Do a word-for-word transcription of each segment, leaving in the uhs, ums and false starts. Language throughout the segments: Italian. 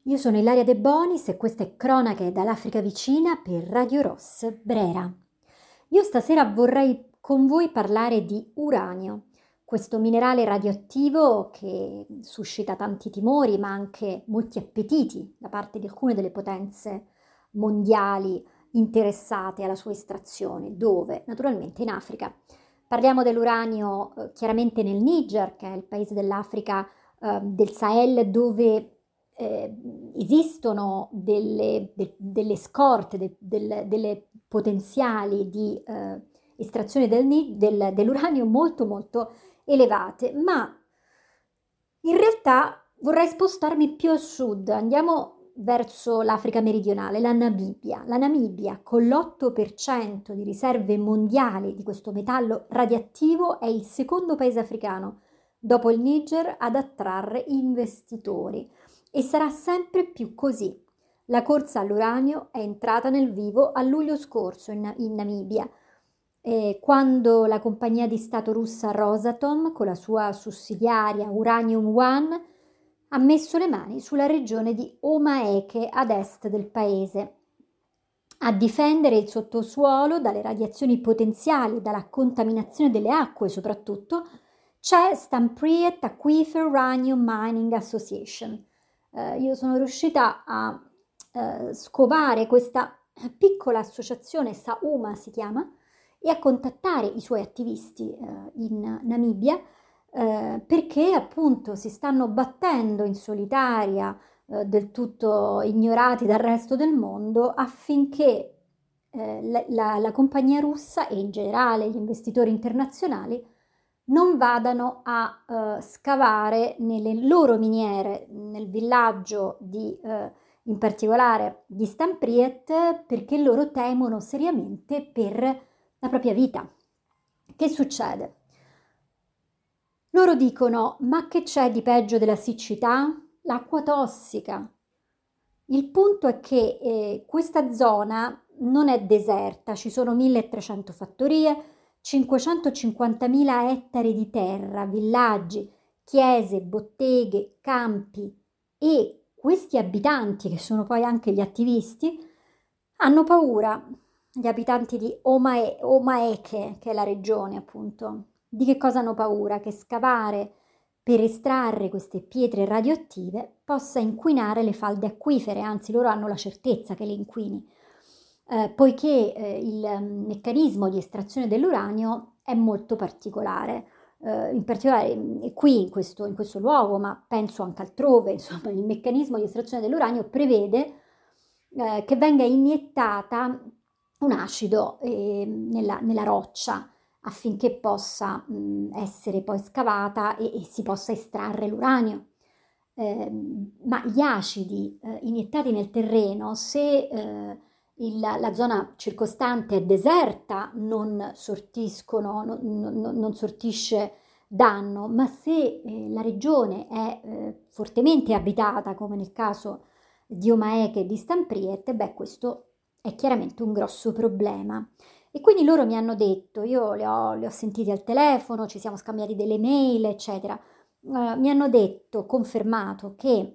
Io sono Ilaria De Bonis e questa è Cronache dall'Africa vicina per Radio Ross Brera. Io stasera vorrei con voi parlare di uranio, questo minerale radioattivo che suscita tanti timori ma anche molti appetiti da parte di alcune delle potenze mondiali interessate alla sua estrazione. Dove? Naturalmente in Africa. Parliamo dell'uranio eh, chiaramente nel Niger, che è il paese dell'Africa eh, del Sahel dove eh, esistono delle, de, delle scorte, de, del, delle potenziali di eh, estrazione del, del, dell'uranio molto molto elevate, ma in realtà vorrei spostarmi più a sud, andiamo verso l'Africa meridionale, la Namibia. La Namibia, con l'otto per cento di riserve mondiali di questo metallo radioattivo, è il secondo paese africano, dopo il Niger, ad attrarre investitori. E sarà sempre più così. La corsa all'uranio è entrata nel vivo a luglio scorso in, in Namibia, eh, quando la compagnia di Stato russa Rosatom, con la sua sussidiaria Uranium One, ha messo le mani sulla regione di Omaeke ad est del paese. A difendere il sottosuolo dalle radiazioni potenziali, dalla contaminazione delle acque soprattutto, c'è Stampriet Aquifer Uranium Mining Association. Eh, io sono riuscita a eh, scovare questa piccola associazione, SAUMA si chiama, e a contattare i suoi attivisti eh, in Namibia eh, perché appunto si stanno battendo in solitaria, eh, del tutto ignorati dal resto del mondo, affinché eh, la, la, la compagnia russa e in generale gli investitori internazionali non vadano a uh, scavare nelle loro miniere nel villaggio di, uh, in particolare di Stampriet, perché loro temono seriamente per la propria vita. Che succede? Loro dicono: ma che c'è di peggio della siccità? L'acqua tossica. Il punto è che eh, questa zona non è deserta, ci sono milletrecento fattorie, cinquecentocinquantamila ettari di terra, villaggi, chiese, botteghe, campi, e questi abitanti, che sono poi anche gli attivisti, hanno paura, gli abitanti di Omae, Omaeke, che è la regione appunto. Di che cosa hanno paura? Che scavare per estrarre queste pietre radioattive possa inquinare le falde acquifere, anzi loro hanno la certezza che le inquini. Eh, poiché eh, il meccanismo di estrazione dell'uranio è molto particolare, eh, in particolare eh, qui in questo, in questo luogo, ma penso anche altrove, insomma, il meccanismo di estrazione dell'uranio prevede eh, che venga iniettata un acido eh, nella, nella roccia affinché possa mh, essere poi scavata e, e si possa estrarre l'uranio. Eh, ma gli acidi eh, iniettati nel terreno, se eh, il, la zona circostante è deserta, non sortiscono, non, non, non sortisce danno, ma se eh, la regione è eh, fortemente abitata, come nel caso di Omaeke e di Stampriet, beh, questo è chiaramente un grosso problema. E quindi loro mi hanno detto, io li ho, li ho sentiti al telefono, ci siamo scambiati delle mail, eccetera, uh, mi hanno detto, confermato che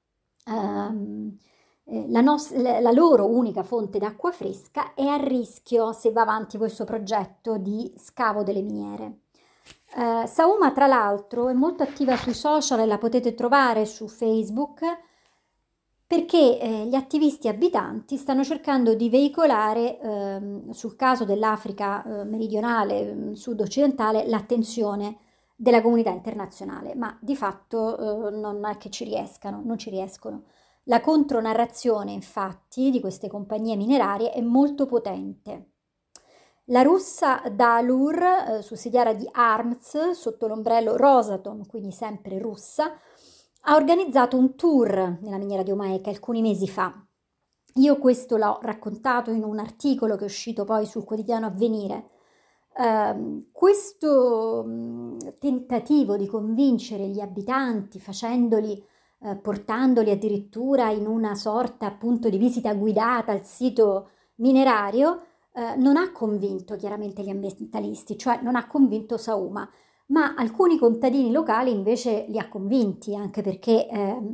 um, La, nos- la loro unica fonte d'acqua fresca è a rischio se va avanti questo progetto di scavo delle miniere. Eh, Sauma, tra l'altro, è molto attiva sui social e la potete trovare su Facebook perché eh, gli attivisti abitanti stanno cercando di veicolare ehm, sul caso dell'Africa eh, meridionale, sud-occidentale, l'attenzione della comunità internazionale, ma di fatto eh, non è che ci riescano, non ci riescono. La contronarrazione, infatti, di queste compagnie minerarie è molto potente. La russa Dalur, eh, sussidiaria di Arms, sotto l'ombrello Rosatom, quindi sempre russa, ha organizzato un tour nella miniera di Omaeke alcuni mesi fa. Io questo l'ho raccontato in un articolo che è uscito poi sul quotidiano Avvenire. Uh, questo um, tentativo di convincere gli abitanti, facendoli eh, portandoli addirittura in una sorta appunto di visita guidata al sito minerario, eh, non ha convinto chiaramente gli ambientalisti, cioè non ha convinto Sauma, ma alcuni contadini locali invece li ha convinti, anche perché eh,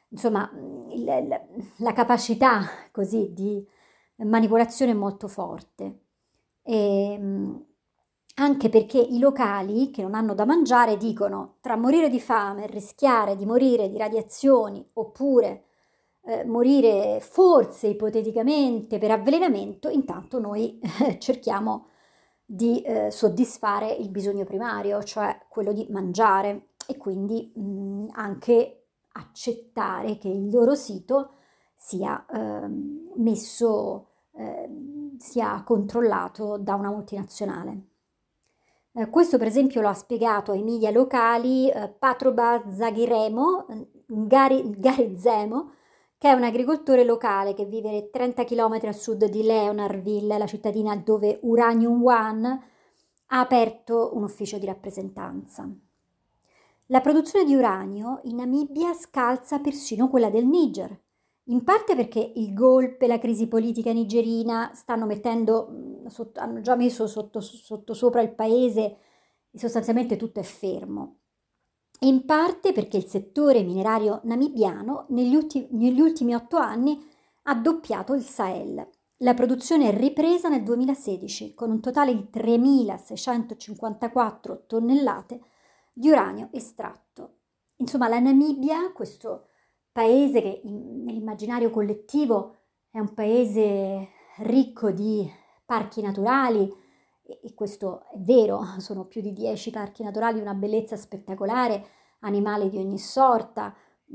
insomma, il, la, la capacità così di manipolazione è molto forte. E, anche perché i locali che non hanno da mangiare dicono tra morire di fame e rischiare di morire di radiazioni oppure eh, morire forse ipoteticamente per avvelenamento, intanto noi eh, cerchiamo di eh, soddisfare il bisogno primario, cioè quello di mangiare e quindi mh, anche accettare che il loro sito sia eh, messo, eh, sia controllato da una multinazionale. Eh, questo per esempio lo ha spiegato ai media locali eh, Patroba Zaghiremo, Ngari, Ngari Zemo, che è un agricoltore locale che vive trenta chilometri a sud di Leonardville, la cittadina dove Uranium One ha aperto un ufficio di rappresentanza. La produzione di uranio in Namibia scalza persino quella del Niger, in parte perché il golpe e la crisi politica nigerina stanno mettendo, sotto, hanno già messo sotto, sotto sopra il paese e sostanzialmente tutto è fermo. E in parte perché il settore minerario namibiano negli ultimi, negli ultimi otto anni ha doppiato il Sahel. La produzione è ripresa nel duemilasedici con un totale di tremilaseicentocinquantaquattro tonnellate di uranio estratto. Insomma, la Namibia, questo paese che in, nell'immaginario collettivo è un paese ricco di parchi naturali, e, e questo è vero, sono più di dieci parchi naturali di una bellezza spettacolare, animali di ogni sorta,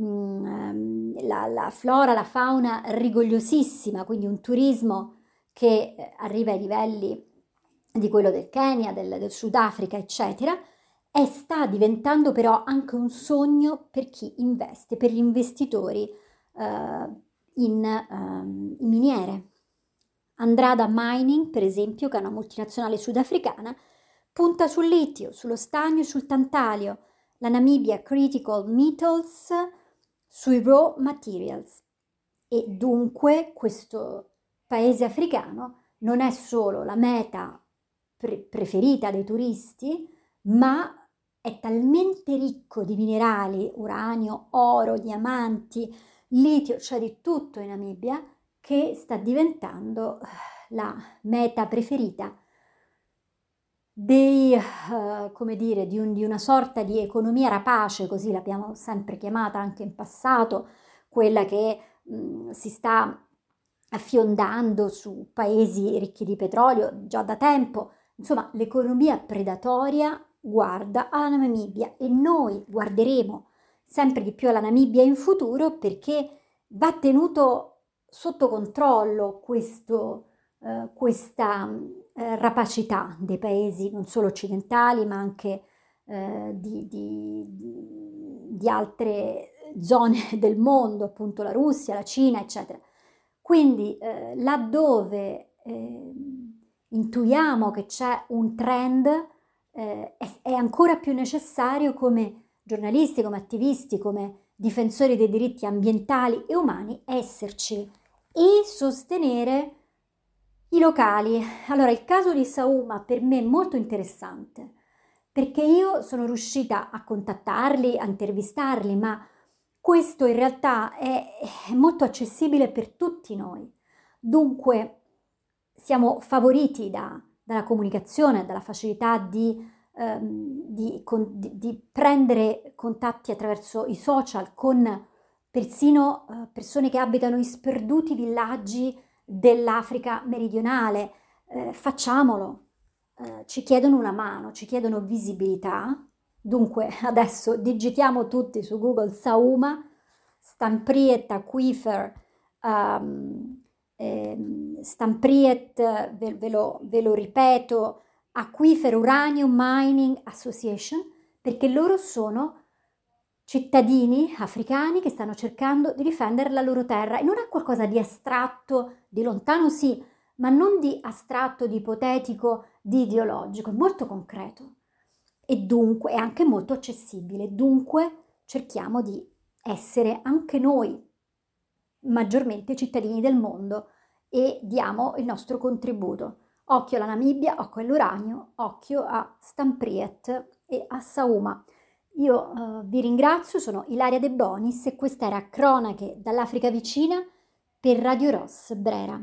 mh, la, la flora, la fauna rigogliosissima, quindi un turismo che arriva ai livelli di quello del Kenya, del, del Sudafrica, eccetera, e sta diventando però anche un sogno per chi investe, per gli investitori eh, in, um, in miniere. Andrada Mining, per esempio, che è una multinazionale sudafricana, punta sul litio, sullo stagno e sul tantalio, la Namibia Critical Metals sui raw materials. E dunque questo paese africano non è solo la meta pre- preferita dei turisti, ma è talmente ricco di minerali, uranio, oro, diamanti, litio, cioè di tutto in Namibia, che sta diventando la meta preferita dei, uh, come dire, di, un, di una sorta di economia rapace, così l'abbiamo sempre chiamata anche in passato, quella che mh, si sta affiondando su paesi ricchi di petrolio già da tempo. Insomma, l'economia predatoria guarda alla Namibia e noi guarderemo sempre di più alla Namibia in futuro perché va tenuto sotto controllo questo, eh, questa eh, rapacità dei paesi non solo occidentali ma anche eh, di, di, di altre zone del mondo, appunto la Russia, la Cina, eccetera. Quindi eh, laddove eh, intuiamo che c'è un trend, eh, è, è ancora più necessario come giornalisti, come attivisti, come difensori dei diritti ambientali e umani esserci e sostenere i locali. Allora, il caso di Sauma per me è molto interessante perché io sono riuscita a contattarli, a intervistarli, ma questo in realtà è, è molto accessibile per tutti noi. Dunque siamo favoriti da, dalla comunicazione, dalla facilità di, ehm, di, con, di, di prendere contatti attraverso i social con persino eh, persone che abitano in sperduti villaggi dell'Africa meridionale. Eh, facciamolo, eh, ci chiedono una mano, ci chiedono visibilità. Dunque adesso digitiamo tutti su Google Sauma, Stampriet Aquifer, um, ehm, Stampriet, ve, ve, lo, ve lo ripeto, Aquifer Uranium Mining Association, perché loro sono cittadini africani che stanno cercando di difendere la loro terra e non è qualcosa di astratto, di lontano sì, ma non di astratto, di ipotetico, di ideologico, è molto concreto e dunque è anche molto accessibile. Dunque cerchiamo di essere anche noi maggiormente cittadini del mondo e diamo il nostro contributo. Occhio alla Namibia, occhio all'uranio, occhio a Stampriet e a Sauma. Io eh, vi ringrazio, sono Ilaria De Bonis e questa era Cronache dall'Africa Vicina per Radio Ross Brera.